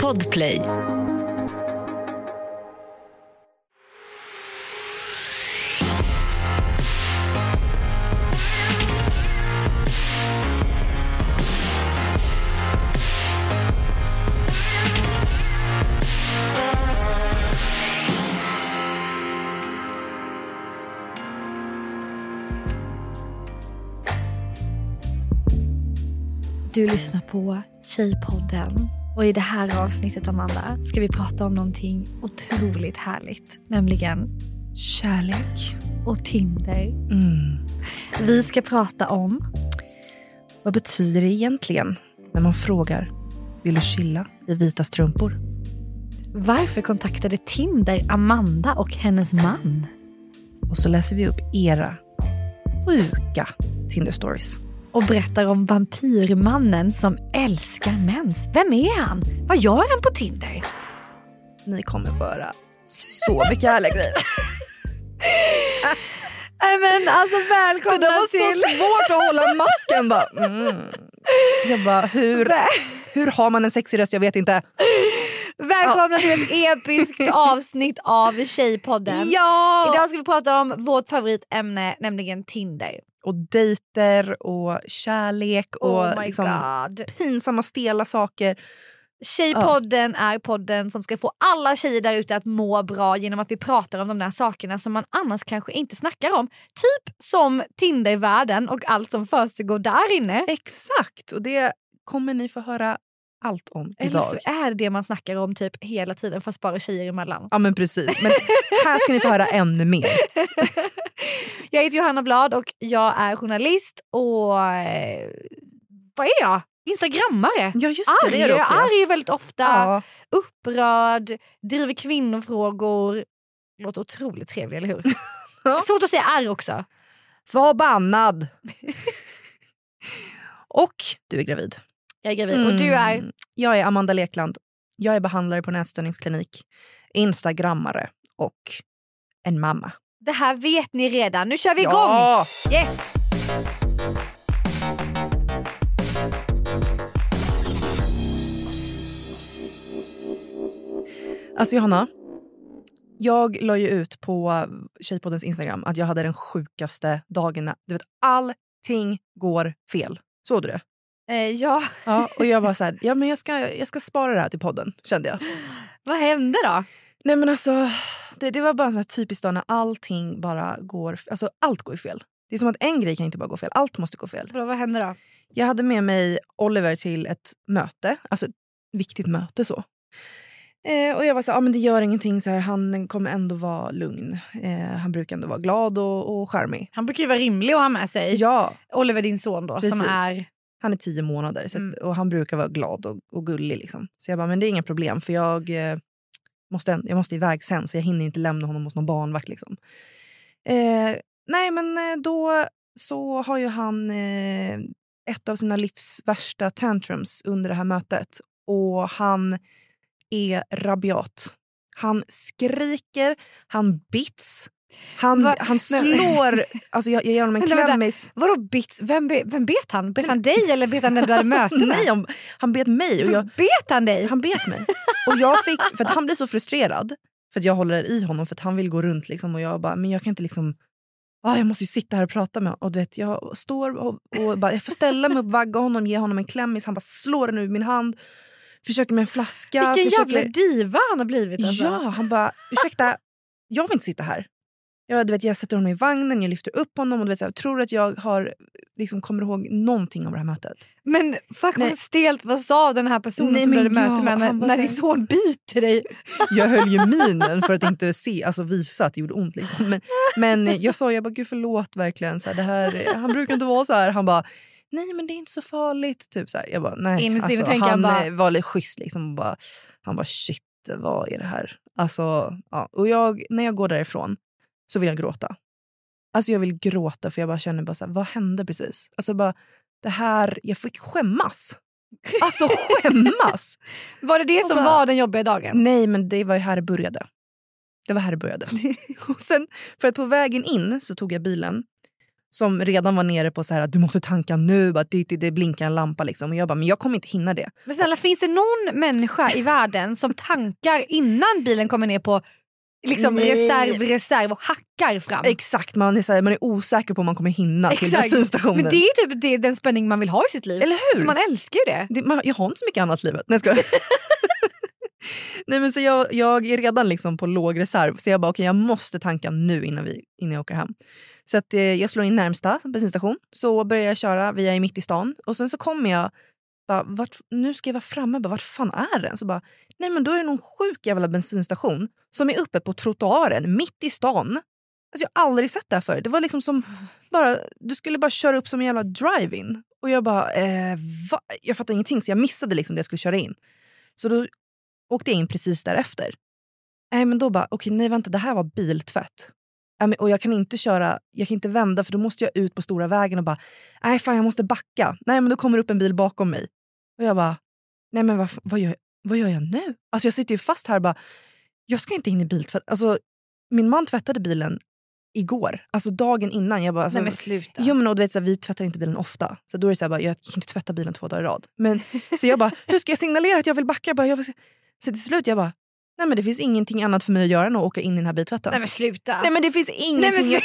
Podplay. Du lyssnar på Tjejpodden. Och i det här avsnittet, Amanda, ska vi prata om någonting otroligt härligt. Nämligen kärlek och Tinder. Vi ska prata om... Vad betyder det egentligen när man frågar: vill du chilla i vita strumpor? Varför kontaktade Tinder Amanda och hennes man? Och så läser vi upp era sjuka Tinder-stories. Och berättar om vampyrmannen som älskar mens. Vem är han? Vad gör han på Tinder? Ni kommer föra så mycket härliga grejer. Nej men alltså välkomna till... Det var så svårt att hålla masken. Jag bara, hur har man en sexig röst? Jag vet inte. Välkomna till ett episkt avsnitt av Tjejpodden. Ja! Idag ska vi prata om vårt favoritämne, nämligen Tinder. Och dejter och kärlek och God. Pinsamma stela saker. Tjejpodden är podden som ska få alla tjejer där ute att må bra genom att vi pratar om de där sakerna som man annars kanske inte snackar om. Typ som Tindervärlden och allt som försiggår där inne. Exakt, och det kommer ni få höra allt om idag. Eller så är det man snackar om typ hela tiden fast bara tjejer emellan. Ja men precis, men här ska ni få höra ännu mer. Jag heter Johanna Blad och jag är journalist och vad är jag? Instagrammare. Ja just det, det är det också. Jag är arg väldigt ofta, upprörd, driver kvinnofrågor. Låter otroligt trevligt, eller hur? Svårt att säga arg också. Förbannad. Och du är gravid. Jag är gravid och du är? Jag är Amanda Lekland. Jag är behandlare på en ätstörningsklinik, instagrammare och en mamma. Det här vet ni redan. Nu kör vi igång. Yes. Alltså Johanna, jag la ju ut på Tjejpoddens Instagram att jag hade den sjukaste dagen. Du vet, allting går fel. Såg du det? Ja. Och jag var så här, ja men jag ska spara det här till podden, kände jag. Vad hände då? Nej men alltså, det var bara en sån här typisk dag när allting bara går, alltså allt går fel. Det är som att en grej kan inte bara gå fel, allt måste gå fel. Vad hände då? Jag hade med mig Oliver till ett möte, alltså ett viktigt möte så. Och jag var så här, men det gör ingenting så här, han kommer ändå vara lugn. Han brukar ändå vara glad och charmig. Han brukar ju vara rimlig att ha med sig. Ja. Oliver, din son då, precis. som är... Han är 10 månader så att, och han brukar vara glad och gullig liksom. Så jag bara, men det är inga problem för jag måste iväg sen så jag hinner inte lämna honom hos någon barnvakt liksom. Nej men då så har ju han ett av sina livs värsta tantrums under det här mötet. Och han är rabiat. Han skriker, han bits. Han slår, alltså jag ger honom en klämmis. Vadå bits? Vem bet han? Bet han dig eller bet han den du hade möte med? Nej, han bet mig. Och bet han dig? Han bet mig. Och jag fick, för att han blir så frustrerad. För att jag håller i honom för att han vill gå runt liksom. Och jag bara, men jag kan inte liksom, jag måste ju sitta här och prata med honom. Och du vet, jag står och bara, jag får ställa mig upp, vagga honom, ge honom en klämmis. Han bara slår den ur min hand. Försöker med en flaska. Vilken jävla diva han har blivit alltså. Ja, han bara, ursäkta, jag vill inte sitta här. Jag sätter honom i vagnen, jag lyfter upp honom och jag tror att jag har liksom kommer ihåg någonting om det här mötet. Men fuck vad stelt, vad sa den här personen som du hade möte med när din son biter dig? Jag höll ju minen för att inte visa att det gjorde ont liksom. Men jag sa, gud förlåt verkligen så här, det här, han brukar inte vara så här. Han bara, nej men det är inte så farligt typ så här. Jag bara, nej. Han var lite schysst liksom och han bara shit, vad är det här? Alltså, ja. Och när jag går därifrån så vill jag gråta. Alltså jag vill gråta för jag bara känner bara så här, vad hände precis? Alltså bara, det här, jag fick skämmas. Alltså skämmas! Var det som var den jobbiga dagen? Nej, men det var ju här det började. Och sen, för att på vägen in så tog jag bilen. som redan var nere på så här att du måste tanka nu, bara det blinkar en lampa liksom. Och jag bara, men jag kommer inte hinna det. Men snälla, finns det någon människa i världen som tankar innan bilen kommer ner på liksom reserv och hackar fram? Exakt, man är osäker på om man kommer hinna till bensinstationen. Men det är typ den spänning man vill ha i sitt liv. Eller hur? Så man älskar ju det. Jag har inte så mycket annat i livet. Nej, Nej, men så jag är redan liksom på låg reserv. Så jag bara, okej, jag måste tanka nu innan jag åker hem. Så att jag slår in närmsta bensinstation. Så börjar jag köra, vi är mitt i stan. Och sen så kommer jag bara, nu ska jag vara framme, bara, vart fan är den? Så bara, nej men då är det någon sjuk jävla bensinstation som är uppe på trottoaren mitt i stan. Alltså jag har aldrig sett det här förr. Det var liksom som bara, du skulle bara köra upp som en jävla drive-in. Och jag bara, jag fattade ingenting, så jag missade liksom det jag skulle köra in. Så då åkte jag in precis därefter. Men då bara, nej vänta, det här var biltvätt. Och jag kan inte vända, för då måste jag ut på stora vägen och bara, nej fan, jag måste backa. Nej, men då kommer upp en bil bakom mig. Och jag bara, nej men vad gör jag nu? Alltså jag sitter ju fast här och bara, jag ska inte in i biltvätt. Alltså min man tvättade bilen igår, alltså dagen innan. Jag bara, alltså, nej men sluta. Jo men och du vet, så här, vi tvättar inte bilen ofta. Så då är det så här, bara, jag kan inte tvätta bilen 2 dagar i rad. Men så jag bara, hur ska jag signalera att jag vill backa? Så till slut jag bara, nej men det finns ingenting annat för mig att göra än att åka in i den här biltvätten. Nej men sluta. Nej men det finns ingenting.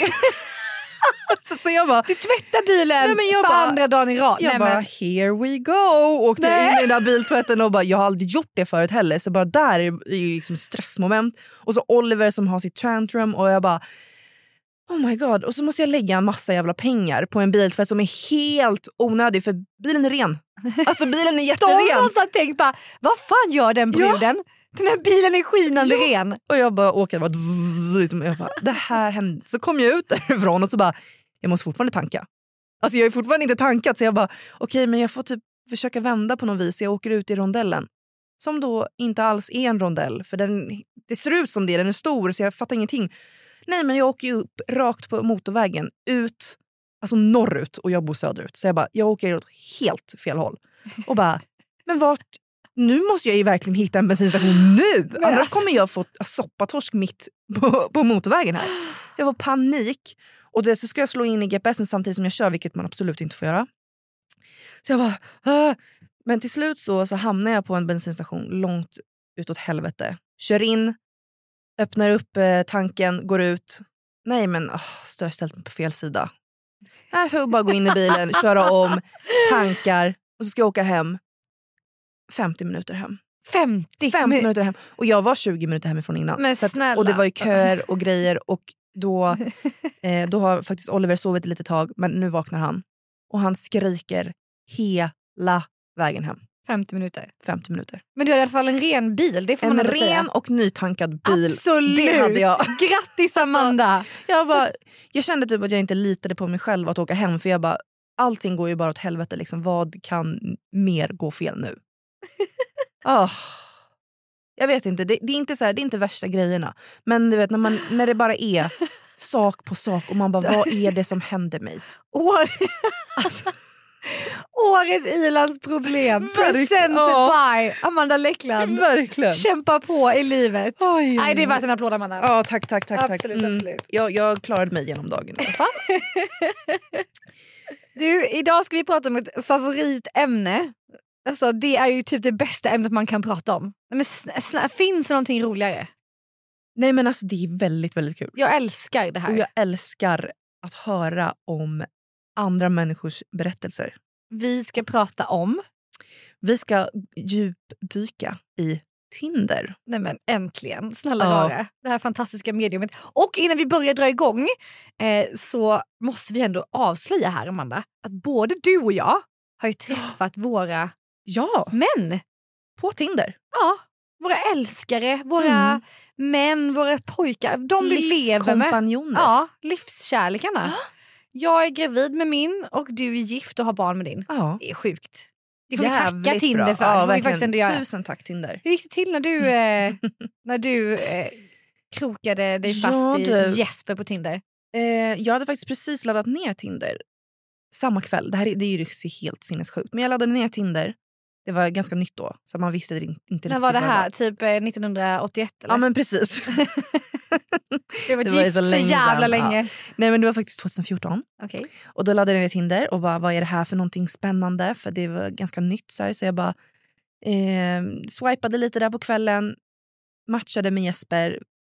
Så jag bara, du tvättar bilen för andra dagen i rad. Jag bara, here we go. Åkte in i den här biltvätten och bara, jag har aldrig gjort det förut heller. Så bara där är ju liksom ett stressmoment. Och så Oliver som har sitt tantrum. Och jag bara, oh my god. Och så måste jag lägga en massa jävla pengar på en biltvätt som är helt onödig. För bilen är ren. Alltså bilen är jätteren. De måste ha tänkt bara, vad fan gör den bruden? Ja. Den här bilen är skinande ren. Och jag bara åker jag bara, det här hände. Så kom jag ut därifrån och så bara, jag måste fortfarande tanka. Alltså jag är fortfarande inte tankat. Så jag bara, men jag får typ försöka vända på något vis. Jag åker ut i rondellen. Som då inte alls är en rondell. För det ser ut som det, den är stor så jag fattar ingenting. Nej men jag åker ju upp rakt på motorvägen. Ut, alltså norrut, och jag bor söderut. Så jag åker åt helt fel håll. Och bara, men vart... Nu måste jag ju verkligen hitta en bensinstation nu. Annars kommer jag få soppatorsk mitt på motorvägen här. Jag får panik. Och så ska jag slå in i GPSen samtidigt som jag kör, vilket man absolut inte får göra. Så jag bara... Men till slut så hamnar jag på en bensinstation långt utåt helvete. Kör in, öppnar upp tanken, går ut. Nej men, så har jag ställt mig på fel sida. Så jag bara gå in i bilen, köra om, tankar. Och så ska jag åka hem. 50 minuter hem. 50 minuter hem. Och jag var 20 minuter hemifrån innan. Men snälla. Och det var ju köer och grejer. Och då har faktiskt Oliver sovit lite tag. Men nu vaknar han. Och han skriker hela vägen hem. 50 minuter. 50 minuter. Men du har i alla fall en ren bil. Det får man ändå säga. En ren och nytankad bil. Absolut. Det hade jag. Grattis Amanda. Jag kände typ att jag inte litade på mig själv att åka hem. För jag bara, allting går ju bara åt helvete. Liksom. Vad kan mer gå fel nu? Jag vet inte, det är inte så här, det är inte värsta grejerna. Men du vet, när det bara är sak på sak och man bara, vad är det som händer mig? Årets Ilandsproblem. Present by Amanda Leckland. Verkligen. Kämpa på i livet. Oj. Nej, det är värt en applåd Amanda. Ja, tack. Absolut. Jag klarade mig genom dagen. Du, idag ska vi prata om ett favoritämne. Alltså det är ju typ det bästa ämnet man kan prata om. Men finns det någonting roligare? Nej men alltså det är väldigt, väldigt kul. Jag älskar det här. Och jag älskar att höra om andra människors berättelser. Vi ska djupdyka i Tinder. Nej men äntligen, snälla rara. Det här fantastiska mediumet. Och innan vi börjar dra igång så måste vi ändå avslöja här Amanda. Att både du och jag har ju träffat våra män. På Tinder. Ja, våra älskare, våra män, våra pojkar. De vi lever med. Ja, livskärlekarna. Jag är gravid med min och du är gift och har barn med din. Ja. Det är sjukt. Det får vi tacka Tinder för. Ja, det får vi faktiskt ändå göra. Tusen tack Tinder. Hur gick det till när du krokade dig fast i Jesper på Tinder? Jag hade faktiskt precis laddat ner Tinder samma kväll. Det är ju helt sinnessjukt. Men jag laddade ner Tinder. Det var ganska nytt då. Så man visste inte riktigt. När var det vad här? Typ 1981 eller? Ja men precis. Det var Det gift så jävla sedan. länge. Ja. Nej men det var faktiskt 2014. Okej. Och då laddade jag ner Tinder och bara, vad är det här för någonting spännande? För det var ganska nytt så jag bara swipade lite där på kvällen. Matchade med Jesper.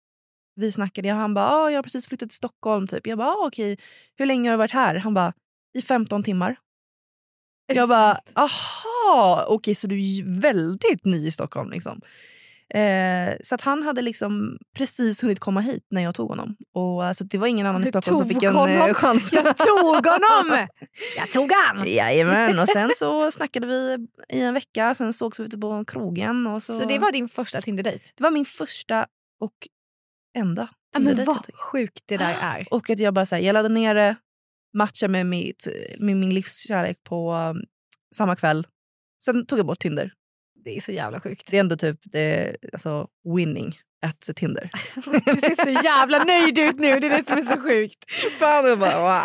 Vi snackade och han bara, jag har precis flyttat till Stockholm typ. Jag bara, okej. Hur länge har du varit här? Han bara, i 15 timmar. Jag bara, aha, okej så du är väldigt ny i Stockholm liksom. Så att han hade liksom precis hunnit komma hit när jag tog honom. Och så det var ingen annan i Stockholm som fick en chans. Jag tog honom! Jag tog han! Jajamän, och sen så snackade vi i en vecka. Sen sågs vi ute på krogen. Och så det var din första Tinder-dejt? Det var min första och enda Men vad sjukt det där är. Och att jag bara jag laddade ner det, matchade med min livskärlek på samma kväll. Sen tog jag bort Tinder. Det är så jävla sjukt. Det är ändå typ alltså winning at Tinder. Du ser så jävla nöjd ut nu. Det är det som är så sjukt. Fan, jag bara, wow.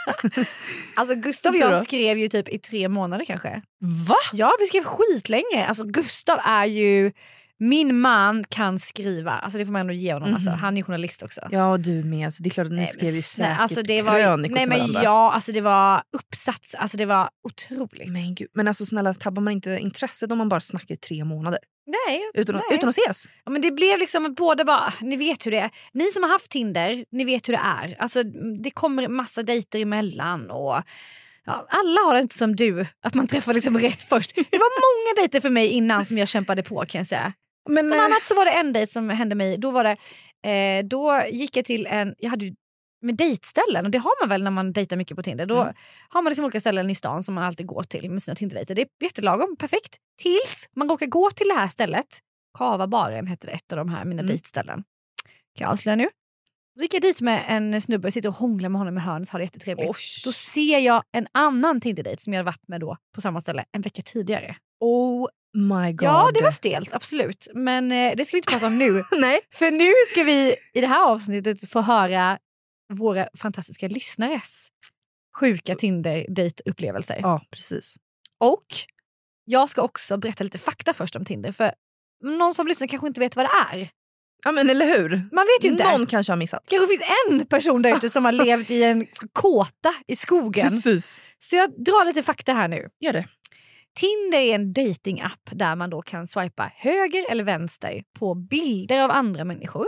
Alltså Gustav och jag skrev ju typ i 3 månader kanske. Va? Ja, vi skrev skitlänge. Alltså Gustav är ju... Min man kan skriva. Alltså det får man ändå ge honom. Alltså. Han är journalist också. Ja, och du med. Alltså, det är klart att ni skrev ju säkert alltså det krönikor nej, till men varandra. ja, alltså det var uppsats. Alltså det var otroligt. Men gud. Men alltså snälla, tappar man inte intresset om man bara snackar i 3 månader? Nej. Utan att ses? Ja, men det blev liksom båda bara, ni vet hur det är. Ni som har haft Tinder, ni vet hur det är. Alltså det kommer massa dejter emellan och... Ja, alla har det inte som du, att man träffar liksom rätt först. Det var många dejter för mig innan som jag kämpade på kan jag säga. Men annat så var det en dejt som hände mig. Då var det, då gick jag till jag hade ju med dejtställen, och det har man väl när man dejtar mycket på Tinder. Då har man liksom olika ställen i stan som man alltid går till med sina Tinder-dejter. Det är jättelagom, perfekt. Tills man råkar gå till det här stället. Kavabaren heter det, ett av de här mina dejtställen. Kan jag avslöja nu? Så gick jag dit med en snubbe, sitter och hånglar med honom i hörnet, har det jättetrevligt. Då ser jag en annan Tinder-dejt som jag hade varit med då på samma ställe en vecka tidigare. Oh my god. Ja, det var stelt, absolut. Men det ska vi inte prata om nu. Nej. För nu ska vi i det här avsnittet få höra våra fantastiska lyssnares sjuka Tinder-date-upplevelser. Ja, precis. Och jag ska också berätta lite fakta först om Tinder. För någon som lyssnar kanske inte vet vad det är. Ja, men eller hur? Man vet ju inte. Någon kanske har missat. Kanske finns en person där ute som har levt i en kåta i skogen. Precis. Så jag drar lite fakta här nu. Gör det. Tinder är en dating-app där man då kan swipa höger eller vänster på bilder av andra människor.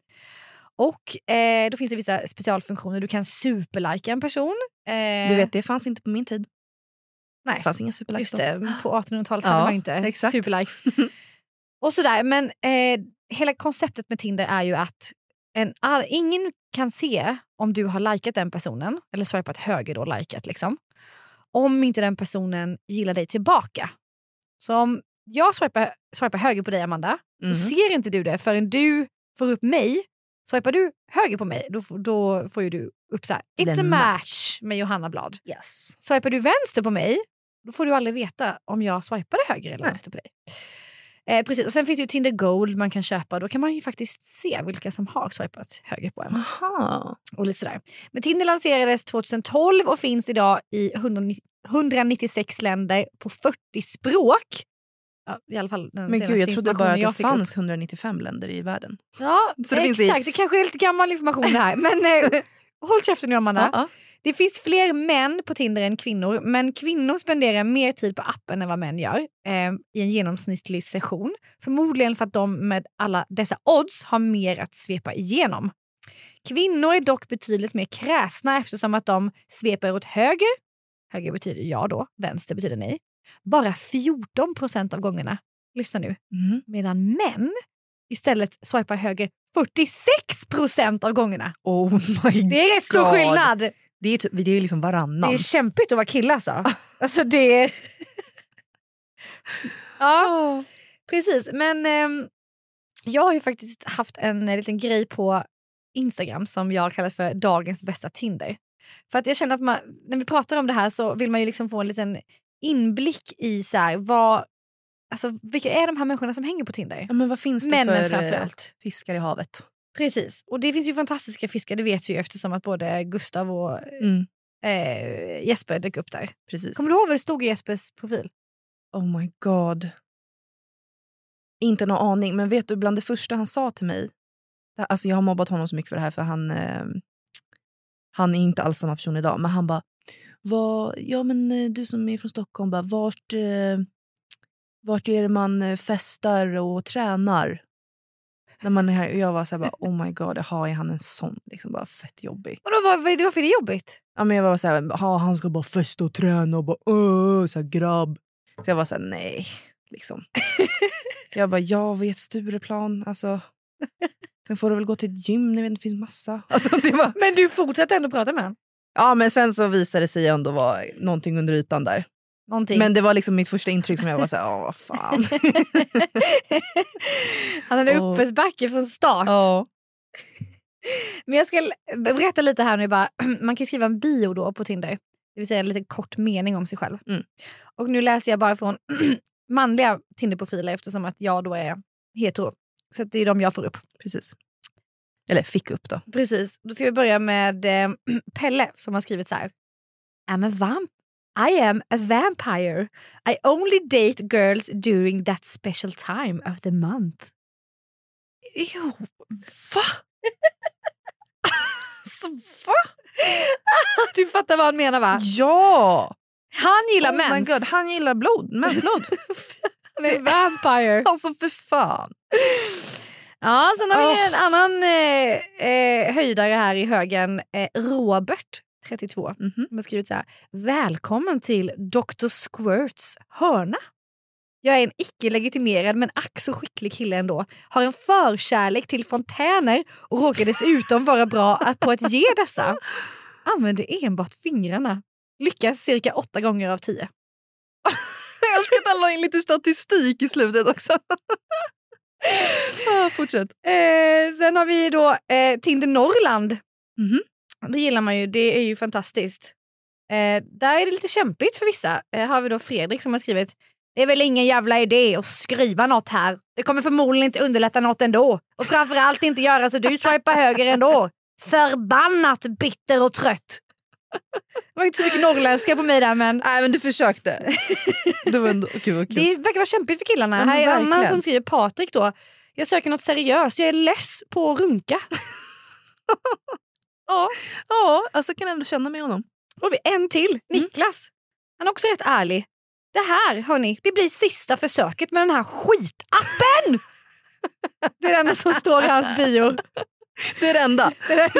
Och då finns det vissa specialfunktioner. Du kan superlika en person. Du vet, det fanns inte på min tid. Nej. Det fanns inga superlikes. Just det, på 1800-talet hade man inte exakt. superlikes. Och sådär, men hela konceptet med Tinder är ju att ingen kan se om du har likat den personen, eller swipat höger då, likat liksom, om inte den personen gillar dig tillbaka. Så om jag swipar höger på dig, Amanda, då ser inte du det förrän du får upp mig. Swipar du höger på mig, då får ju du upp så här: it's a match med Johanna Blad. Yes. Swipar du vänster på mig, då får du aldrig veta om jag swipade höger eller vänster på dig. Precis. Och sen finns det ju Tinder Gold man kan köpa. Då kan man ju faktiskt se vilka som har swipat höger på en. Aha. Och lite sådär. Men Tinder lanserades 2012 och finns idag i 196 länder på 40 språk. Ja, i alla fall den men gud, jag trodde bara att det fanns upp. 195 länder i världen. Ja, så det exakt. Det kanske är lite gammal information det här. Men håll käften nu, Amanda. Det finns fler män på Tinder än kvinnor, men kvinnor spenderar mer tid på appen än vad män gör i en genomsnittlig session. Förmodligen för att de med alla dessa odds har mer att svepa igenom. Kvinnor är dock betydligt mer kräsna eftersom att de svepar åt höger. Höger betyder ja då, vänster betyder nej. Bara 14% av gångerna. Lyssna nu. Medan män istället swipar höger 46% av gångarna. Oh my god. Det är rätt stor skillnad. Det är liksom varannan. Det är kämpigt att vara kille alltså. Alltså det är... Ja, precis. Men jag har ju faktiskt haft en liten grej på Instagram som jag kallar för dagens bästa Tinder. För att jag känner att när vi pratar om det här så vill man ju liksom få en liten inblick i så här, vilka är de här människorna som hänger på Tinder? Ja, men vad finns det Männen för framförallt. Fiskar i havet? Precis, och det finns ju fantastiska fiskar, det vet vi ju eftersom att både Gustav och Jesper dök upp där. Precis. Kommer du ihåg vad det stod i Jespers profil? Oh my god. Inte någon aning. Men vet du, bland det första han sa till mig. Alltså jag har mobbat honom så mycket för det här. För han är inte alls samma person idag. Men han bara, ja men du som är från Stockholm, bara, vart är det man festar och tränar? När man är här, och jag var så här bara, oh my god, är han en sån liksom, bara fett jobbig. Och då varför är det jobbigt? Ja, men jag var så här, han ska bara festa och träna och bara så här grabb. Så jag var så här, nej liksom. Jag bara, jag vet Stureplan, alltså. Sen får du väl gå till ett gym, det finns massa. Alltså, det var... Men du fortsätter ändå prata med han? Ja, men sen så visade det sig ändå vara någonting under ytan där. Någonting. Men det var liksom mitt första intryck som jag var så här, vad fan. Han hade uppförsbacke från start. Men jag ska berätta lite här nu bara. Man kan skriva en bio då på Tinder. Det vill säga en liten kort mening om sig själv. Och nu läser jag bara från manliga Tinder-profiler eftersom att jag då är hetero. Så att det är de jag får upp. Precis. Eller fick upp då. Precis. Då ska vi börja med Pelle som har skrivit så här. I am a vampire. I only date girls during that special time of the month. Jo, va? Så va? Du fattar vad han menar, va? Ja! Han gillar mens. Oh my god, han gillar mensblod. Han är en vampire. Alltså för fan. Ja, sen har vi en annan höjdare här i högen. Robert, 32. Som har skrivit så här. Välkommen till Dr. Squirts hörna. Jag är en icke-legitimerad men ack så skicklig kille ändå. Har en förkärlek till fontäner och råkar dessutom vara bra på att ge dessa. Använder enbart fingrarna. Lyckas cirka 8 gånger av 10. Jag älskar att alla har in lite statistik i slutet också. Fortsätt. Sen har vi då Tinder Norrland. Det gillar man ju, det är ju fantastiskt. Där är det lite kämpigt för vissa. Har vi då Fredrik som har skrivit: det är väl ingen jävla idé att skriva något här. Det kommer förmodligen inte underlätta något ändå. Och framförallt inte göra så du swipar höger ändå. Förbannat bitter och trött. Det var inte så mycket norrländska på mig där, men... Nej, men du försökte. Det var ändå kul. Det verkar vara kämpigt för killarna. Ja, här är en annan som skriver, Patrik då. Jag söker något seriöst. Jag är less på att runka. Ja, alltså kan jag ändå känna med honom. Och vi en till, Niklas. Han är också rätt ärlig. Det här, hörni, det blir sista försöket med den här skitappen. Det är det enda som står i hans bio. Det är det enda.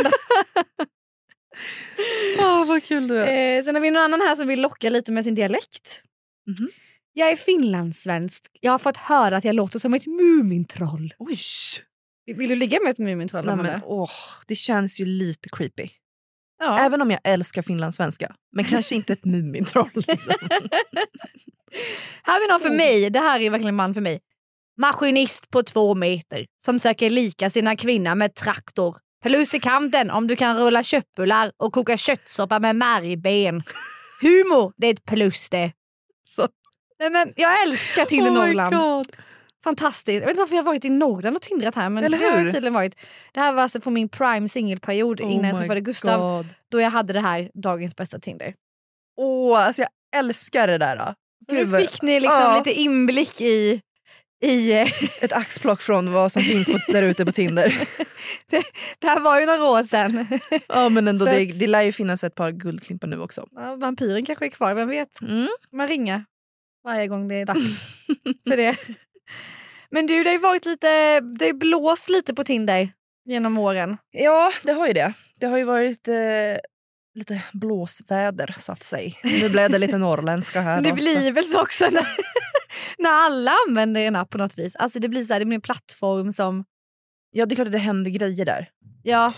Vad kul du är. Sen har vi någon annan här som vill locka lite med sin dialekt. Jag är finlandssvensk. Jag har fått höra att jag låter som ett mumintroll. Oj. Vill du ligga med ett mumintroll? Nej, men, det känns ju lite creepy. Ja. Även om jag älskar finlandssvenska. Men kanske inte ett mumintroll. Liksom. Här har vi någon för mig. Det här är verkligen en man för mig. Maskinist på 2 meter. Som söker lika sina kvinnor med traktor. Plus i kanten om du kan rulla köttbullar och koka köttsoppa med märgben. Humor, det är ett plus det. Så. Nej, men jag älskar Tinder Norrland. God. Fantastiskt. Jag vet inte varför jag har varit i Norrland och tindrat här. Men eller hur? Det har tydligen varit. Det här var alltså på min prime singelperiod innan jag träffade Gustav. God. Då jag hade det här dagens bästa Tinder. Alltså jag älskar det där. Så nu fick ni liksom lite inblick i ett axplock från vad som finns där ute på Tinder. Det här var ju några år sedan. Ja, men ändå det lär ju finnas ett par guldklimpar nu också. Ja, vampyren kanske är kvar, vem vet. Man ringer varje gång det är dags för det. Men du, det har ju varit lite, det har blåst lite på Tinder genom åren. Ja, det har ju det. Det har ju varit lite blåsväder så att säga. Nu blev det lite norrländska här. Det blir väl så också när alla använder en app på något vis. Alltså det blir så här, det blir en plattform som... Ja, det är klart att det händer grejer där. Ja.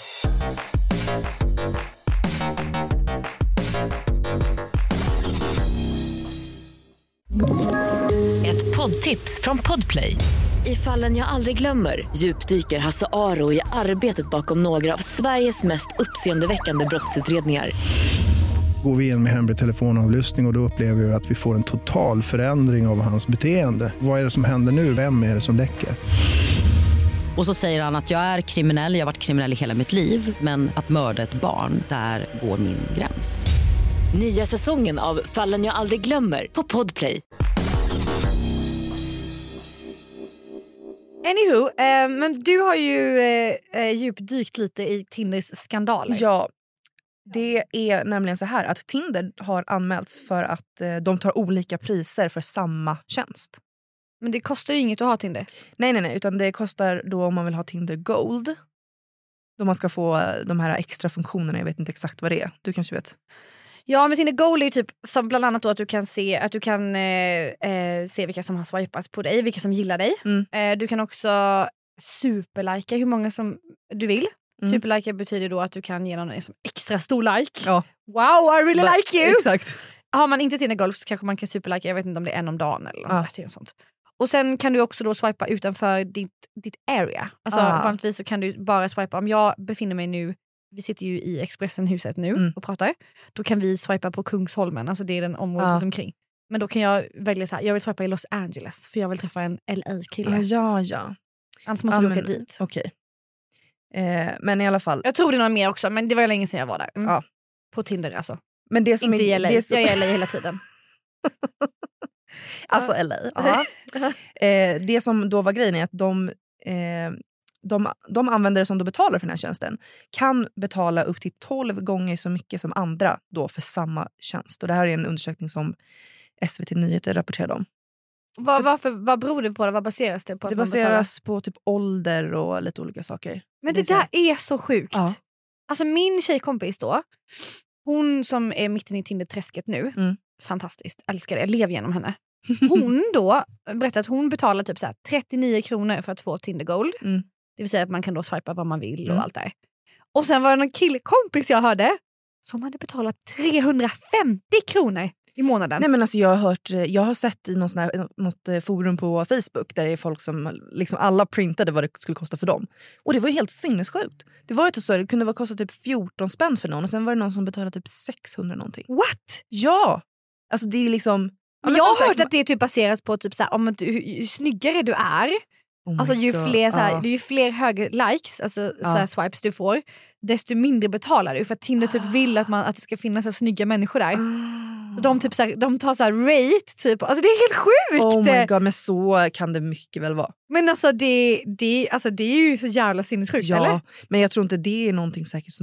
Ett poddtips från Podplay. I Fallen jag aldrig glömmer djupdyker Hasse Aro i arbetet bakom några av Sveriges mest uppseendeväckande brottsutredningar. Går vi in med hemlig telefonavlyssning och då upplever vi att vi får en total förändring av hans beteende. Vad är det som händer nu? Vem är det som läcker? Och så säger han att jag är kriminell, jag har varit kriminell i hela mitt liv. Men att mörda ett barn, där går min gräns. Nya säsongen av Fallen jag aldrig glömmer på Podplay. Anywho, men du har ju djupdykt lite i Tinders skandaler. Ja, det är nämligen så här att Tinder har anmälts för att de tar olika priser för samma tjänst. Men det kostar ju inget att ha Tinder. Nej, utan det kostar då om man vill ha Tinder Gold. Då man ska få de här extra funktionerna, jag vet inte exakt vad det är. Du kanske vet. Ja, men Tinder Gold är ju typ som bland annat då att du kan se se vilka som har swipat på dig, vilka som gillar dig. Du kan också superlika hur många som du vill. Superlika betyder då att du kan ge någon en extra stor like. Ja. Wow, I really like you! Exakt. Har man inte Tinder Gold så kanske man kan superlika, jag vet inte om det är en om dagen eller något sånt. Och sen kan du också då swipa utanför ditt area. Alltså vanligtvis så kan du bara swipa, om jag befinner mig nu, vi sitter ju i Expressenhuset nu och pratar, då kan vi swipa på Kungsholmen, alltså det är den området runt omkring. Men då kan jag välja så här, jag vill swipa i Los Angeles för jag vill träffa en LA-kille. Ja. Annars måste du åka dit. Okej. Men i alla fall. Jag tror det är någon mer också, men det var länge sedan jag var där. På Tinder alltså. Men det som inte i LA, det som... jag är i LA hela tiden. Alltså LA. Det som då var grejen är att de användare som då betalar för den här tjänsten kan betala upp till 12 gånger så mycket som andra då för samma tjänst. Och det här är en undersökning som SVT Nyheter rapporterade om. Vad beror det på? Vad baseras det på? Det baseras på typ ålder och lite olika saker. Men det där är så sjukt. Ja. Alltså min tjejkompis då, hon som är mitten i Tinder-träsket nu, fantastiskt, älskar det, jag lever genom henne. Hon då berättade att hon betalar typ så här 39 kronor för att få Tinder Gold. Det vill säga att man kan då swipa vad man vill och allt det. Och sen var det någon killkompis jag hörde som hade betalat 350 kronor i månaden. Nej men alltså jag har sett i något forum på Facebook där det är folk som liksom alla printade vad det skulle kosta för dem. Och det var ju helt sinnessjukt. Det var ju så det kunde kosta typ 14 spänn för någon och sen var det någon som betalade typ 600 någonting. What? Ja! Alltså det är liksom... Men jag har hört att det typ baseras på typ så här, om hur snyggare du är. Alltså ju fler högre likes, alltså så här swipes du får, desto mindre betalar du för att Tinder typ vill att det ska finnas så snygga människor där. De typ så här, de tar så här rate typ. Alltså det är helt sjukt. Oh my god, men så kan det mycket väl vara. Men alltså det är ju så jävla sinnessjukt, eller? Men jag tror inte det är någonting säkert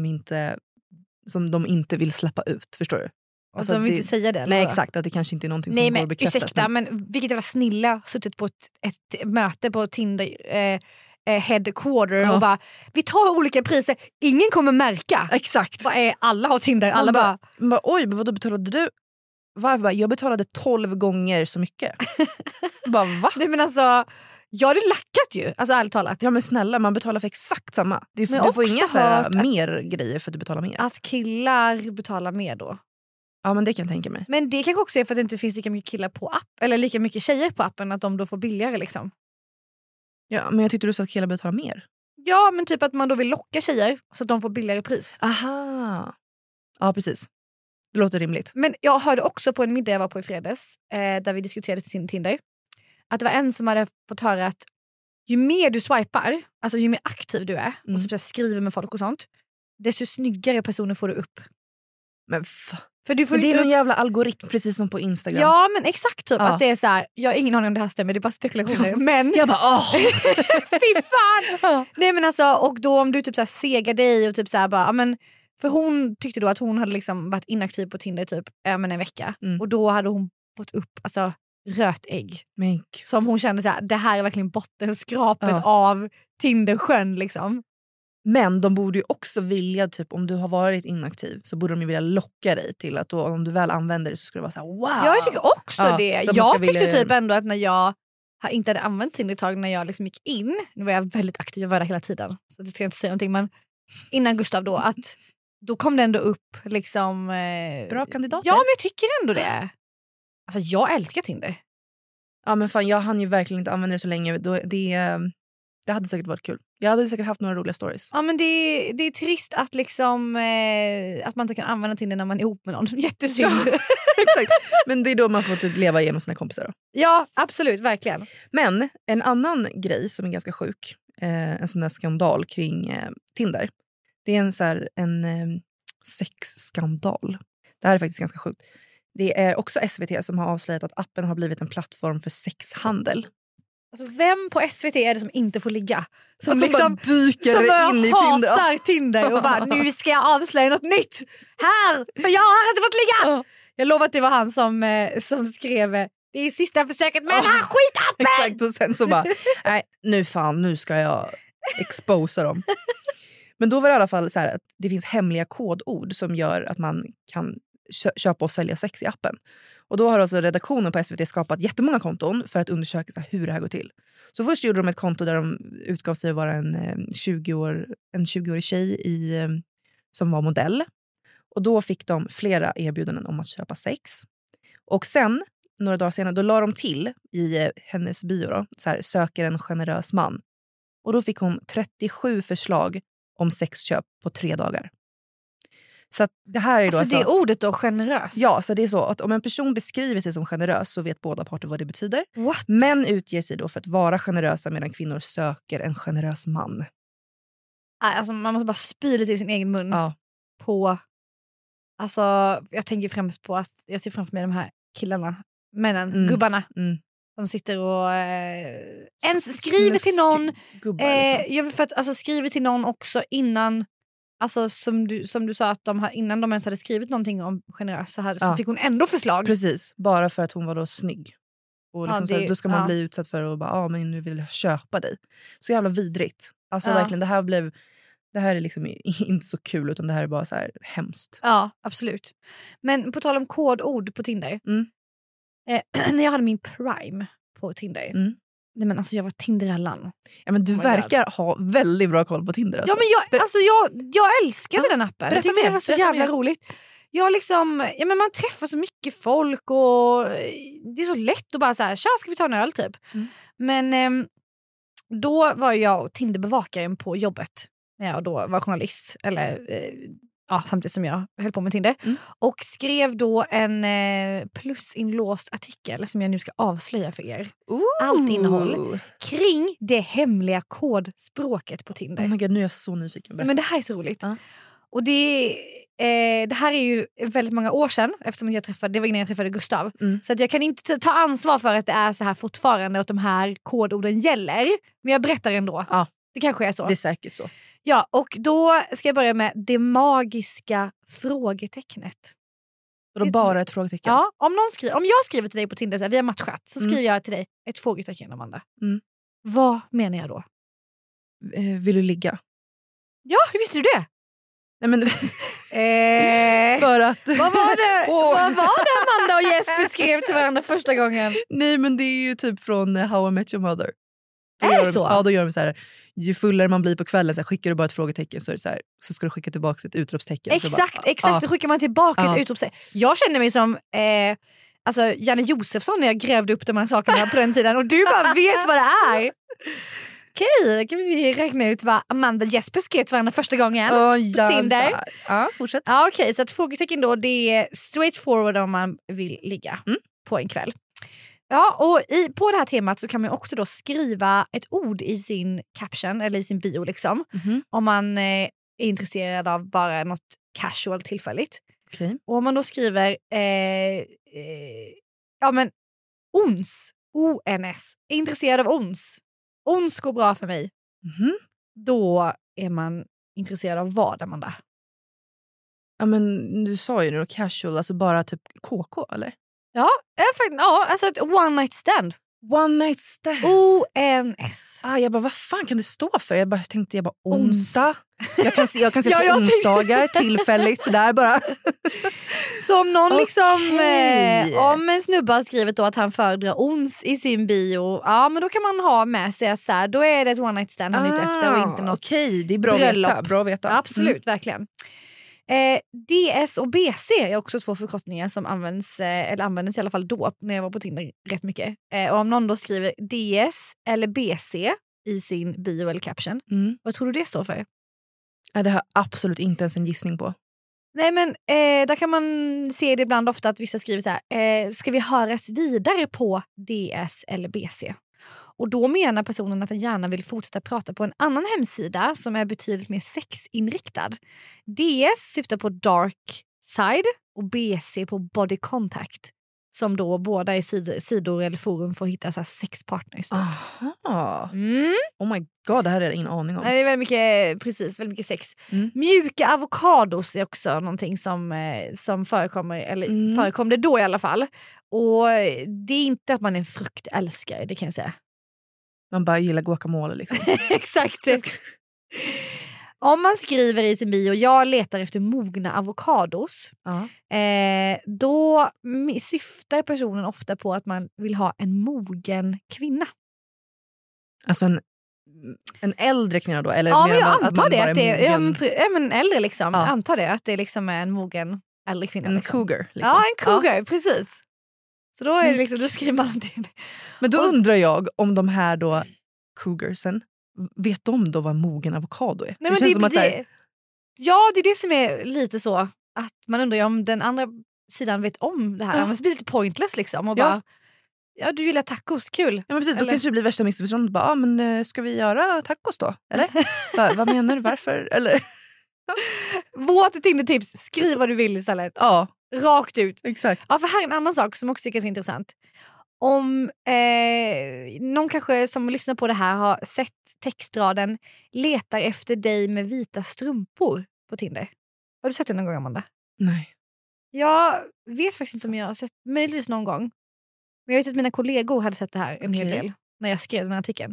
som de inte vill släppa ut, förstår du? Alltså de vill inte säga det. Nej exakt, att det kanske inte är någonting som går att bekräftas. Ursäkta, men vilket jävla snilla suttit på ett möte på Tinder headquarter och bara, vi tar olika priser, ingen kommer märka. Exakt. Alla har Tinder, alla bara oj, men vad betalade du? Jag betalade 12 gånger så mycket. Bara va? Nej men alltså, jag hade lackat ju, alltså ärligt talat. Ja men snälla, man betalar för exakt samma. Du får inga så här mer grejer för att du betalar mer. Att killar betalar mer då. Ja men det kan jag tänka mig. Men det kanske också är för att det inte finns lika mycket killar på app, eller lika mycket tjejer på appen, att de då får billigare liksom. Ja men jag tyckte du sa att killar betalar mer. Ja men typ att man då vill locka tjejer så att de får billigare pris. Aha. Ja precis. Det låter rimligt. Men jag hörde också på en middag jag var på i fredags, där vi diskuterade sin Tinder, att det var en som hade fått höra att ju mer du swipar, alltså ju mer aktiv du är och typ så skriver med folk och sånt, desto snyggare personer får du upp. Men för du får det är någon jävla algoritm precis som på Instagram. Ja men exakt typ att det är så här, jag har ingen aning om det här stämmer, det är bara spekulationer. Men jag bara fy fan. Nej men alltså, och då om du typ så här segar dig och typ så här bara, men för hon tyckte då att hon hade liksom varit inaktiv på Tinder typ en vecka och då hade hon fått upp alltså rött ägg. Som hon kände så här, det här är verkligen bottenskrapet av Tinder-sjön liksom. Men de borde ju också vilja, typ om du har varit inaktiv så borde de ju vilja locka dig till att då, om du väl använder det så ska det vara så här, wow. Jag tycker också det. Jag tyckte typ ändå att när jag inte hade använt Tinder ett tag, när jag liksom gick in, nu var jag väldigt aktiv, jag var där hela tiden så det ska jag inte säga någonting, men innan Gustav då, att då kom det ändå upp liksom bra kandidater. Ja men jag tycker ändå det. Alltså jag älskar Tinder. Ja men fan, jag hann ju verkligen inte använda det så länge. Det hade säkert varit kul. Jag hade säkert haft några roliga stories. Ja men det är trist att liksom att man inte kan använda Tinder när man är ihop med någon. Jättesynd. Ja, exakt. Men det är då man får typ leva igenom sina kompisar då. Ja absolut, verkligen. Men en annan grej som är ganska sjuk, en sån där skandal kring Tinder. Det är en sexskandal. Det här är faktiskt ganska sjukt. Det är också SVT som har avslöjat att appen har blivit en plattform för sexhandel. Alltså vem på SVT är det som inte får ligga? Som alltså, liksom bara dyker in i Tinder. hatar Tinder och bara nu ska jag avslöja något nytt här för jag har inte fått ligga. Jag lovar att det var han som skrev det är sista försöket med den här skitappen. Exakt, och sen så bara nej nu ska jag exposa dem. Men då var det i alla fall så här att det finns hemliga kodord som gör att man kan köpa och sälja sex i appen. Och då har alltså redaktionen på SVT skapat jättemånga konton för att undersöka så här, hur det här går till. Så först gjorde de ett konto där de utgav sig att vara en 20-årig tjej som var modell. Och då fick de flera erbjudanden om att köpa sex. Och sen, några dagar senare, då la de till i hennes bio då, så här, söker en generös man. Och då fick hon 37 förslag om sexköp på 3 dagar. Så att det här är då alltså det är ordet då, generös? Ja, så det är så att om en person beskriver sig som generös så vet båda parter vad det betyder. What? Män utger sig då för att vara generösa medan kvinnor söker en generös man. Alltså man måste bara spy lite i sin egen mun på... Alltså jag tänker främst på att jag ser framför mig de här killarna, männen, gubbarna. De sitter och ens skriver till någon. Liksom. För att, alltså, skriver till någon också innan... Alltså som du sa att innan de ens hade skrivit någonting om generös så fick hon ändå förslag. Precis, bara för att hon var då snygg. Och liksom så då ska man bli utsatt för att bara, men nu vill jag köpa dig. Så jävla vidrigt. Alltså verkligen, det här är liksom inte så kul utan det här är bara så här hemskt. Ja, absolut. Men på tal om kodord på Tinder. När jag hade min prime på Tinder. Nej, men alltså jag var Tinderellan. Ja, men du verkar ha väldigt bra koll på Tinder. Alltså. Ja, men jag älskade den appen. Jag tyckte det var så jävla roligt. Jag liksom, men man träffar så mycket folk och det är så lätt att bara så här, tja, ska vi ta en öl typ. Men då var jag Tinderbevakaren på jobbet när jag då var journalist eller samtidigt som jag höll på med Tinder och skrev då en plusinlåst artikel som jag nu ska avslöja för er. Allt innehåll kring det hemliga kodspråket på Tinder. Oh my God, nu är jag så nyfiken. Men det här är så roligt. Och det här är ju väldigt många år sedan eftersom det var innan jag träffade Gustav. Så att jag kan inte ta ansvar för att det är så här fortfarande och att de här kodorden gäller. Men jag berättar ändå. Det kanske är så. Det är säkert så. Ja, och då ska jag börja med det magiska frågetecknet. Och då bara ett frågetecken? Ja, om jag skriver till dig på Tinder så här, vi har matchat, så skriver jag till dig ett frågetecken, Amanda. Vad menar jag då? Vill du ligga? Ja, hur visste du det? Nej men för att vad var det Amanda och Jesper skrev till varandra första gången? Nej men det är ju typ från How I Met Your Mother. Är det så? Ja, då gör de så här, ju fullare man blir på kvällen så här, skickar du bara ett frågetecken så är det så här, så ska du skicka tillbaka ett utropstecken. Exakt, då skickar man tillbaka ett utropstecken. Jag känner mig som alltså Janne Josefsson när jag grävde upp de här sakerna på den tiden och du bara vet vad det är. Okej, kan vi räkna ut vad Amanda Jesper skrev till varandra första gången på Tinder. Ja, fortsätt. Ja, okej, så att frågetecken då, det är straight forward om man vill ligga på en kväll. Ja, och på det här temat så kan man också då skriva ett ord i sin caption eller i sin bio liksom. Om man är intresserad av bara något casual tillfälligt. Okay. Och om man då skriver ons, ONS, är intresserad av ons går bra för mig. Då är man intresserad av vad, Amanda? Ja men du sa ju nu casual, alltså bara typ KK eller? Ja, alltså ett one night stand. One night stand. ONS. Jag bara, vad fan kan det stå för? Jag tänkte onsdag. Jag kan se på onsdagar tillfälligt sådär bara. Så om någon om en snubbe har skrivit då att han föredrar ons i sin bio, ja men då kan man ha med sig att så här, då är det ett one night stand han är ute efter och inte något det är bra att veta. Absolut, verkligen. DS och BC är också 2 förkortningar som används i alla fall då när jag var på Tinder rätt mycket. Och om någon då skriver DS eller BC i sin bio eller caption, vad tror du det står för? Det har jag absolut inte ens en gissning på. Nej men där kan man se det ibland ofta att vissa skriver så här, ska vi höras vidare på DS eller BC? Och då menar personen att den gärna vill fortsätta prata på en annan hemsida som är betydligt mer sexinriktad. DS syftar på dark side och BC på body contact. som då båda i sidor eller forum får hitta så här 6 partners. Aha. Oh my god, det här är ingen aning om. Det är väldigt mycket sex. Mjuka avokados är också någonting som förekommer, eller förekom det då i alla fall. Och det är inte att man är en fruktälskare, det kan jag säga. Man bara gillar guacamole liksom. Exakt. Om man skriver i sin bio, jag letar efter mogna avokados, då syftar personen ofta på att man vill ha en mogen kvinna. Alltså en äldre kvinna då? Eller men jag antar det. Att det är en äldre liksom. Ja. Jag antar det, att det liksom är en mogen äldre kvinna. En liksom. cougar. Liksom. Ja, en cougar, precis. Så då, är det liksom, då skriver man det. Men då undrar jag om de här då cougarsen, vet de då vad mogen avokado är? Nej, men det är det som är lite så att man undrar om den andra sidan vet om det här. Ja. Man blir lite pointless liksom och bara, du gillar tacos, kul. Ja, men precis, eller? Då kanske det blir värsta missförståndet. Bara, men ska vi göra tacos då? Eller? Vad menar du, varför? Eller? Vårt Tinder-tips, skriv vad du vill istället. Ja. Rakt ut. Exakt. Ja, för här är en annan sak som också är ganska intressant. Om någon kanske som lyssnar på det här har sett textraden letar efter dig med vita strumpor på Tinder. Har du sett det någon gång, Amanda? Nej. Jag vet faktiskt inte om jag har sett, möjligtvis någon gång. Men jag vet att mina kollegor hade sett det här en hel del när jag skrev den här artikeln.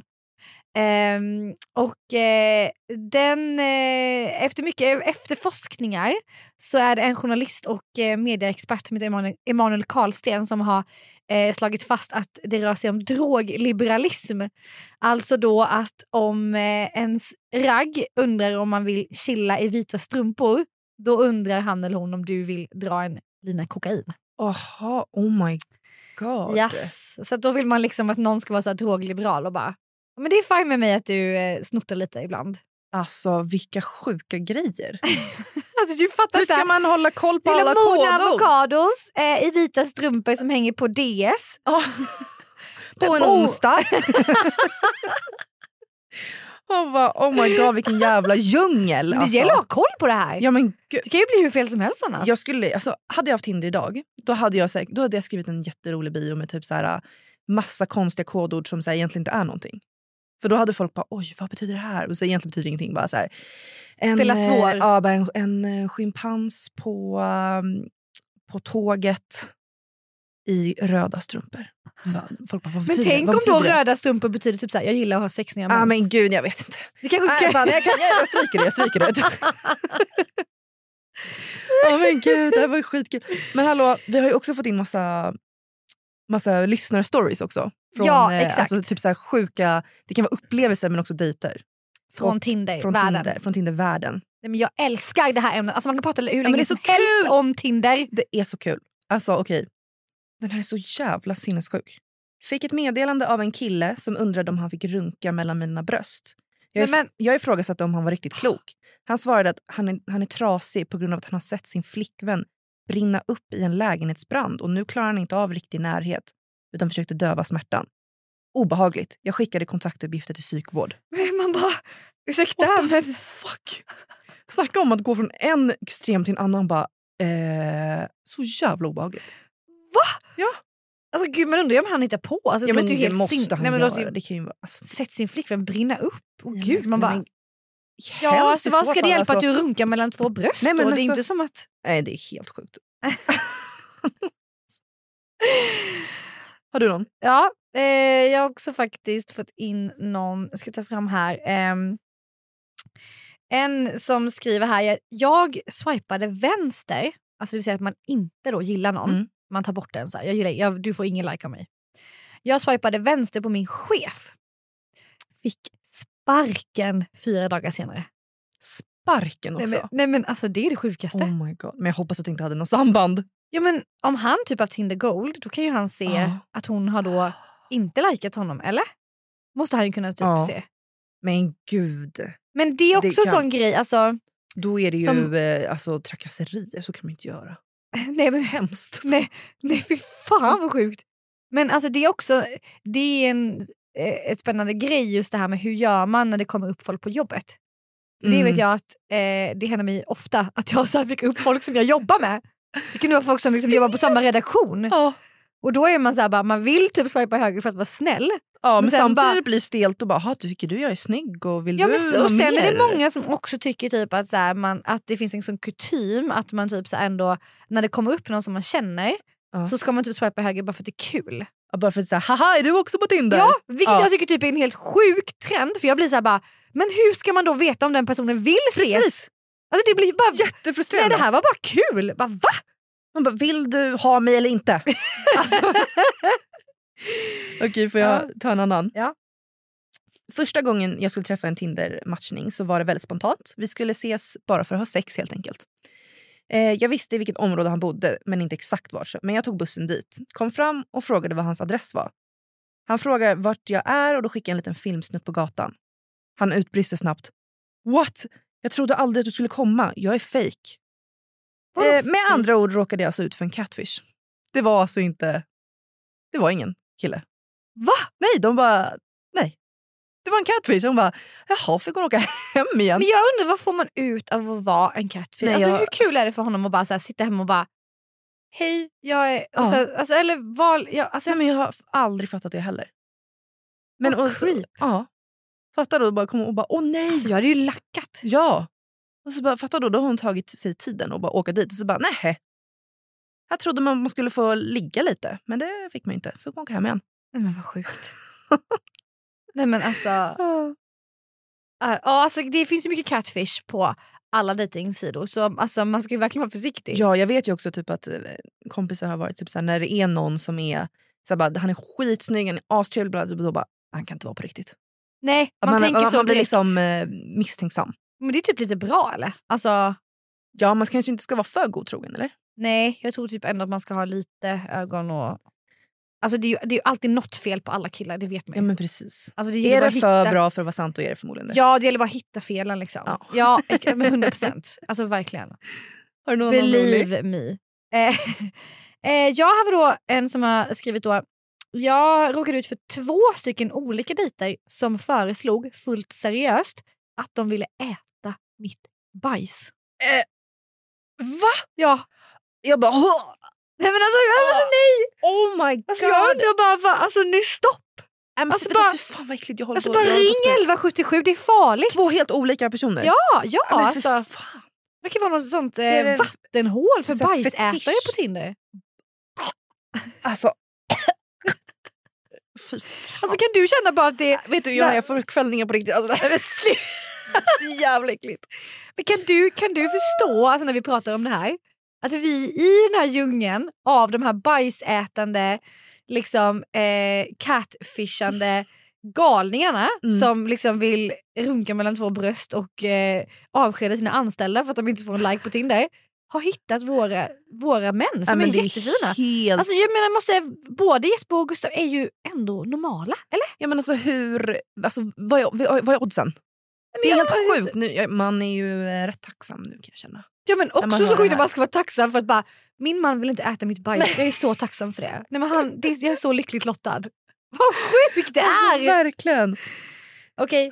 Efter mycket efterforskningar så är det en journalist och medieexpert som heter Emanuel Karlsten som har slagit fast att det rör sig om drogliberalism. Alltså då att om ens ragg undrar om man vill chilla i vita strumpor, då undrar han eller hon om du vill dra en lina kokain. Aha, oh my god. Yes. Så då vill man liksom att någon ska vara så här drogliberal och bara, men det är fine med mig att du snuttar lite ibland. Alltså vilka sjuka grejer. Alltså, du fattar. Hur ska man hålla koll på alla kodor? Avokados i vita strumpor som hänger på DS. På en onsdag. Oh my god, vilken jävla djungel. Det gäller att ha koll på det här. Ja, men gud. Det kan ju bli hur fel som helst annars. Hade jag haft Tinder idag, då hade jag skrivit en jätterolig bio med typ så här massa konstiga kodord som så här egentligen inte är någonting. För då hade folk bara, oj, vad betyder det här? Och så egentligen betyder ingenting, bara så här. Spela svår. Ja, bara en schimpans på tåget i röda strumpor. Folk bara, men tänk om då röda strumpor betyder typ så här, jag gillar att ha sex när jag mens. Ja, men gud, jag vet inte. Det kanske jag stryker det. Men gud, det här var skitkul. Men hallå, vi har ju också fått in massa lyssnarstories också. Från, exakt. Alltså typ så här sjuka, det kan vara upplevelser men också dejter. Från Tinder-världen. Från Tinder-världen. Men jag älskar det här ämnet. Alltså man kan prata hur länge som helst om Tinder. Det är så kul. Alltså okej. Den här är så jävla sinnessjuk. Fick ett meddelande av en kille som undrade om han fick runka mellan mina bröst. Jag ifrågasatte om han var riktigt klok. Han svarade att han är trasig på grund av att han har sett sin flickvän brinna upp i en lägenhetsbrand och nu klarar han inte av riktig närhet utan försökte döva smärtan. Obehagligt. Jag skickade kontaktuppgifter till psykvård. Men man bara, ursäkta, men fuck. Snacka om att gå från en extrem till en annan, bara så jävla obehagligt. Va? Ja. Alltså gud, man undrar om han hittar på. Alltså, ja, men det helt måste han göra. Det kan ju vara, alltså, sett sin flickvän brinna upp. Ja, gud, man bara... alltså, vad ska det hjälpa att du runkar mellan två bröst? Nej, men det är inte som att... Nej, det är helt sjukt. Har du någon? Ja, jag har också faktiskt fått in någon. Jag ska ta fram här. En som skriver här. Jag swipade vänster. Alltså det vill säga att man inte då gillar någon. Man tar bort den så här. Du får ingen like av mig. Jag swipade vänster på min chef. Fick sparken 4 dagar senare. Sparken också? Nej men alltså det är det sjukaste. Oh my god. Men jag hoppas att det inte hade något samband. Ja, men om han typ har Tinder Gold, då kan ju han se att hon har då inte likat honom, eller? Måste han ju kunna typ se. Men gud. Men det är också en sån grej, alltså. Då är det ju alltså, trakasserier, så kan man inte göra. Nej, men hemskt. Nej, fy fan vad sjukt. Men alltså det är också, det är ett spännande grej just det här med hur gör man när det kommer upp folk på jobbet. Det vet jag att det händer mig ofta att jag så här fick upp folk som jag jobbar med. Det kan vara folk som liksom jobbar på samma redaktion. Och då är man så här bara, man vill typ swipa höger för att vara snäll. Ja, men samtidigt bara, blir det stelt och bara, tycker du jag är snygg och vill ja, du men och sen mer? är det många som också tycker typ att, så här, att det finns en sån kutym att man typ så här ändå, när det kommer upp någon som man känner så ska man typ swipa höger bara för att det är kul. Ja, bara för att säga, haha, är du också på Tinder? Ja, vilket jag tycker typ är en helt sjuk trend. För jag blir så här bara, men hur ska man då veta om den personen vill ses? Precis. Alltså det blir bara jättefrustrerande. Nej, det här var bara kul. Bara, va? Man bara, vill du ha mig eller inte? Alltså. Okej, får jag ta en annan? Ja. Första gången jag skulle träffa en Tinder-matchning så var det väldigt spontant. Vi skulle ses bara för att ha sex helt enkelt. Jag visste i vilket område han bodde, men inte exakt var. Men jag tog bussen dit. Kom fram och frågade vad hans adress var. Han frågar vart jag är och då skickade jag en liten filmsnutt på gatan. Han utbrister snabbt. What? Jag trodde aldrig att du skulle komma. Jag är fake. Med andra ord råkade jag alltså ut för en catfish. Det var alltså inte... Det var ingen kille. Va? Nej, de bara... Nej. Det var en catfish. De bara, jaha, fick hon åka hem igen? Men jag undrar, vad får man ut av att vara en catfish? Nej, alltså, hur kul är det för honom att bara så här, sitta hemma och bara, hej, jag är... Och så, alltså, eller val, Nej, men jag har aldrig fattat det heller. Men creep. Ja. Fattar du? Bara kom och bara, åh nej. Alltså, jag hade ju lackat. Ja. Och så bara, fattar du? Då har hon tagit sig tiden och bara åka dit. Och så bara, nej. Jag trodde man skulle få ligga lite. Men det fick man inte. Fick man åka hem igen. Nej, men vad sjukt. Nej, men alltså... alltså det finns ju mycket catfish på alla datingsidor. Så alltså, man ska ju verkligen vara försiktig. Ja, jag vet ju också typ att kompisar har varit typ såhär, när det är någon som är såhär, bara, han är skitsnygg, han är astrevlig, då bara, han kan inte vara på riktigt. Nej, man tänker så man blir direkt. liksom misstänksam. Men det är typ lite bra, eller? Alltså... Ja, man kanske inte ska vara för godtrogen, eller? Nej, jag tror typ ändå att man ska ha lite ögon och... Alltså det är ju alltid något fel på alla killar, det vet man ju. Ja, men precis. Alltså det är det för bra för att vara sant, då är det förmodligen det. Ja, det gäller bara att hitta felen liksom. Ja, med 100%. Alltså verkligen. Har du någon Believe me. Jag har då en som har skrivit då, jag råkade ut för 2 stycken olika dejter som föreslog fullt seriöst att de ville äta mitt bajs. Va? Ja. Jag bara... Nej, men alltså nej! Oh my god! Alltså, jag undrar bara, alltså nu stopp! Alltså bara, för fan vad äckligt, jag håller alltså på. Bara ring 1177, det är farligt. 2 helt olika personer? Ja, alltså. Fan. Det kan vara något sånt vattenhål för bajsätare på Tinder. Alltså... Alltså kan du känna bara att det... Vet du, jag får kvällningar på riktigt. Alltså, det är jävla äckligt. Men kan du förstå, alltså när vi pratar om det här, att vi i den här djungeln av de här bajsätande, liksom catfishande galningarna som liksom vill runka mellan 2 bröst och avskeda sina anställda för att de inte får en like på Tinder, har hittat våra män som är jättefina. Helt... Alltså jag menar, både Jesper och Gustav är ju ändå normala, eller? Ja, men alltså vad är oddsen? Det är helt sjukt. Nu, man är ju rätt tacksam nu, kan jag känna. Ja, men också så sjukt att man ska vara tacksam för att bara, min man vill inte äta mitt bajs. Jag är så tacksam för det. Nej, men jag är så lyckligt lottad. Vad sjukt det är! Alltså, verkligen. Okej.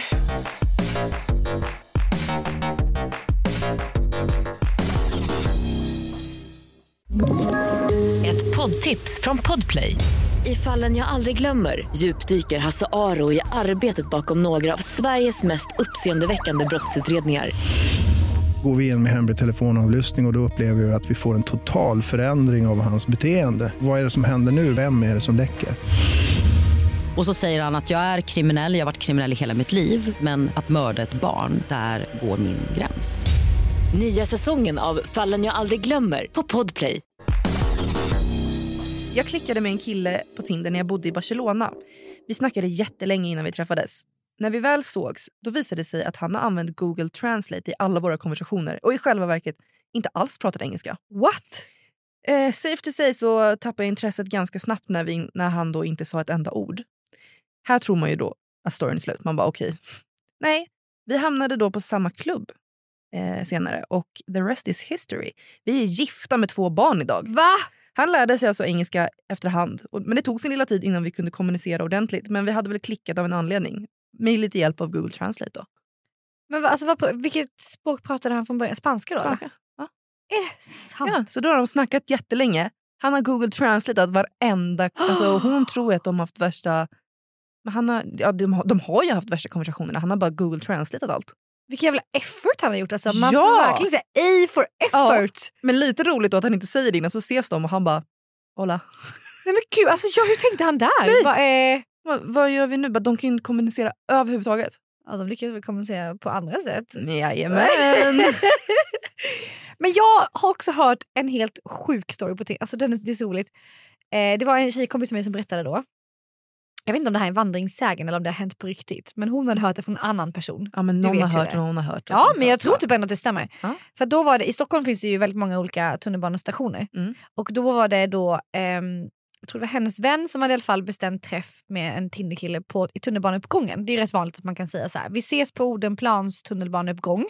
Ett poddtips från Podplay. I Fallen jag aldrig glömmer djupdyker Hasse Aro i arbetet bakom några av Sveriges mest uppseendeväckande brottsutredningar. Går vi in med hemlig telefonavlyssning och då upplever vi att vi får en total förändring av hans beteende. Vad är det som händer nu? Vem är det som läcker? Och så säger han att jag är kriminell, jag har varit kriminell i hela mitt liv. Men att mörda ett barn, där går min gräns. Nya säsongen av Fallen jag aldrig glömmer på Podplay. Jag klickade med en kille på Tinder när jag bodde i Barcelona. Vi snackade jättelänge innan vi träffades. När vi väl sågs, då visade det sig att han har använt Google Translate i alla våra konversationer och i själva verket inte alls pratat engelska. What? Safe to say så tappade jag intresset ganska snabbt när han då inte sa ett enda ord. Här tror man ju då att storyn är slut. Man bara okej. Nej, vi hamnade då på samma klubb senare och the rest is history. Vi är gifta med 2 barn idag. Va? Han lärde sig alltså engelska efterhand. Men det tog sin lilla tid innan vi kunde kommunicera ordentligt. Men vi hade väl klickat av en anledning. Med lite hjälp av Google Translate då. Men alltså, vilket språk pratade han från början? Spanska då? Spanska, ja. Är det sant? Ja, så då har de snackat jättelänge. Han har Google Translate varenda... Alltså, hon tror att de har haft värsta... Men de har ju haft värsta konversationerna. Han har bara Google Translateat allt. Vilken jävla effort han har gjort. Alltså. Man får verkligen säga A for effort. Ja, men lite roligt då att han inte säger det innan, så ses de och han bara, hola. Nej men gud, alltså, hur tänkte han där? Vad gör vi nu? De kan ju inte kommunicera överhuvudtaget. Ja, de lyckas väl kommunicera på andra sätt. Jajamän. Men jag har också hört en helt sjuk story på det. Alltså det är så roligt. Det var en tjejkompis med mig som berättade då. Jag vet inte om det här är en vandringssägen eller om det har hänt på riktigt. Men hon hade hört det från en annan person. Ja, men någon har hört. Ja, men jag tror typ ändå att det stämmer. Ja. För då var det, i Stockholm finns det ju väldigt många olika tunnelbanestationer. Och då var det då, jag tror det var hennes vän som hade i alla fall bestämt träff med en Tinderkille i tunnelbaneuppgången. Det är ju rätt vanligt att man kan säga så här: vi ses på Odenplans tunnelbaneuppgång.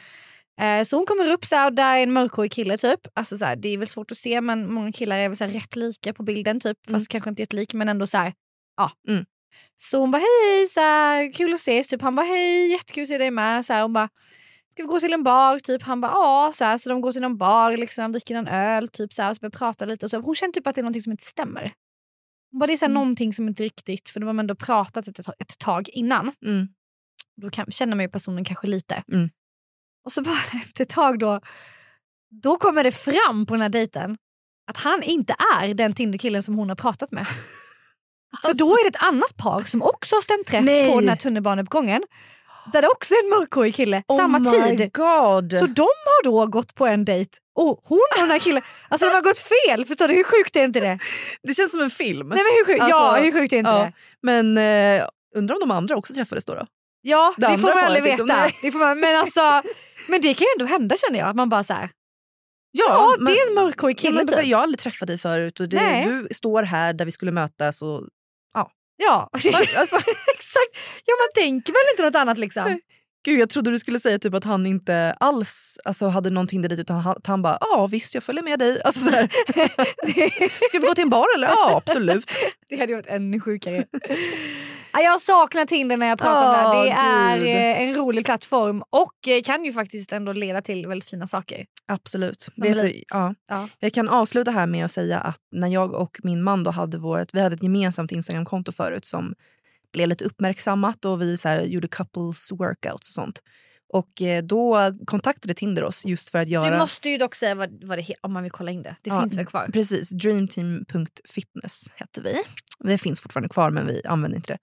Så hon kommer upp så här, och där är en mörkhårig kille typ. Alltså så här, det är väl svårt att se, men många killar är väl så här rätt lika på bilden typ. Fast kanske inte jättelik, men ändå så här. Ja. Så hon bara hej, så här, kul att ses typ. Han bara hej, jättekul att se dig med. Så här, hon bara, ska vi gå till en bar typ? Han bara ja, så här, så de går till en bar liksom, dricker en öl typ så här, och så börjar prata lite och så. Hon känner typ att det är någonting som inte stämmer. Hon bara, det är så här, någonting som inte riktigt, för de har ändå pratat ett tag innan. Då känner man ju personen kanske lite. Och så bara efter ett tag då kommer det fram på den här dejten att han inte är den Tinderkillen som hon har pratat med. För då är det ett annat par som också har stämt träff på den här tunnelbaneuppgången. Där det också är en mörkhårig kille samma tid. God. Så de har då gått på en dejt. Och hon och den här killen, alltså de har gått fel. Förstår du, hur sjukt är inte det? Det känns som en film. Nej, men hur sjukt, alltså, hur sjukt är inte det? Men undrar om de andra också träffades då? Ja, det får man aldrig veta. Det får man, men det kan ju ändå hända, känner jag. Att man bara så här. Ja, det är en mörkhårig kille typ. Jag har aldrig träffat dig förut och du står här där vi skulle mötas och ja, alltså, exakt. Ja, man tänker väl inte något annat liksom. Gud, jag trodde du skulle säga typ att han inte alls hade någonting där, utan att han bara, ja visst jag följer med dig. Alltså, så här. Ska vi gå till en bar eller? Ja, absolut. Det hade varit ännu sjukare. Jag saknar Tinder när jag pratar om det. Det är en rolig plattform och kan ju faktiskt ändå leda till väldigt fina saker. Absolut. Jag kan avsluta här med att säga att när jag och min man då vi hade ett gemensamt Instagramkonto förut som blev lite uppmärksammat och vi så här, gjorde couples workouts och sånt. Och då kontaktade Tinder oss just för att göra... Du måste ju dock säga vad det om man vill kolla in det. Det finns väl kvar? Precis, dreamteam.fitness hette vi. Det finns fortfarande kvar men vi använder inte det.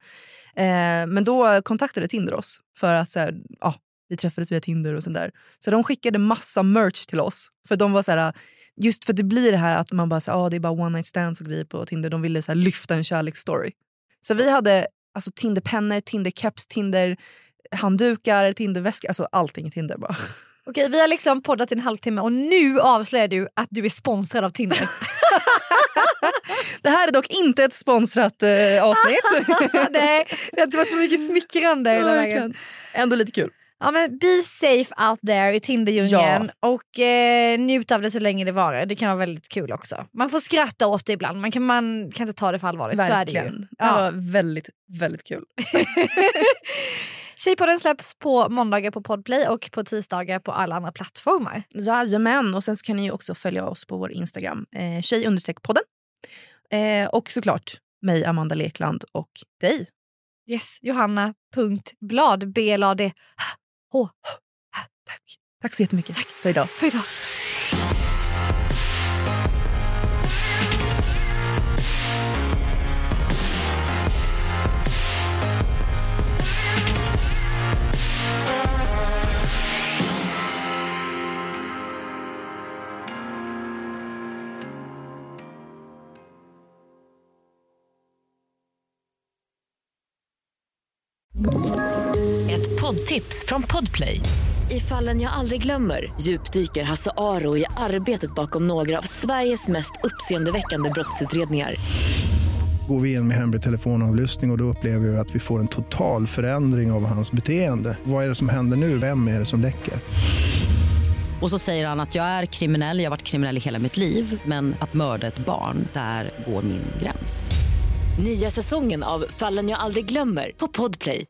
Men då kontaktade Tinder oss för att så här, vi träffades via Tinder och sånt där. Så de skickade massa merch till oss. För de var så här, just för det blir det här att man bara så det är bara one night stands och grejer på Tinder. De ville så här, lyfta en kärleksstory. Så vi hade alltså Tinderpennor, Tindercaps, Tinder handdukar, Tinderväska, alltså allting i Tinder bara. Okej, vi har liksom poddat en halvtimme och nu avslöjar du att du är sponsrad av Tinder. Det här är dock inte ett sponsrat avsnitt. Nej, det har inte varit så mycket smickrande hela vägen. Ändå lite kul. Ja, men be safe out there i Tinder-djungeln och njut av det så länge det varar. Det kan vara väldigt kul också. Man får skratta åt det ibland. Man kan inte ta det för allvarligt. Verkligen. Så är det ju. Det var väldigt, väldigt kul. Tjejpodden släpps på måndagar på Podplay och på tisdagar på alla andra plattformar. Jajamän, och sen så kan ni ju också följa oss på vår Instagram, tjej_podden. Och såklart mig, Amanda Lekland, och dig. Yes, Johanna.blad, B-L-A-D. Tack. Tack så jättemycket. Tack för idag. Ett poddtips från Podplay. I Fallen jag aldrig glömmer djupdyker Hasse Aro i arbetet bakom några av Sveriges mest uppseendeväckande brottsutredningar. Går vi in med hemlig telefonavlyssning och då upplever vi att vi får en total förändring av hans beteende. Vad är det som händer nu? Vem är det som läcker? Och så säger han att jag är kriminell, jag har varit kriminell i hela mitt liv. Men att mörda ett barn, där går min gräns. Nya säsongen av Fallen jag aldrig glömmer på Podplay.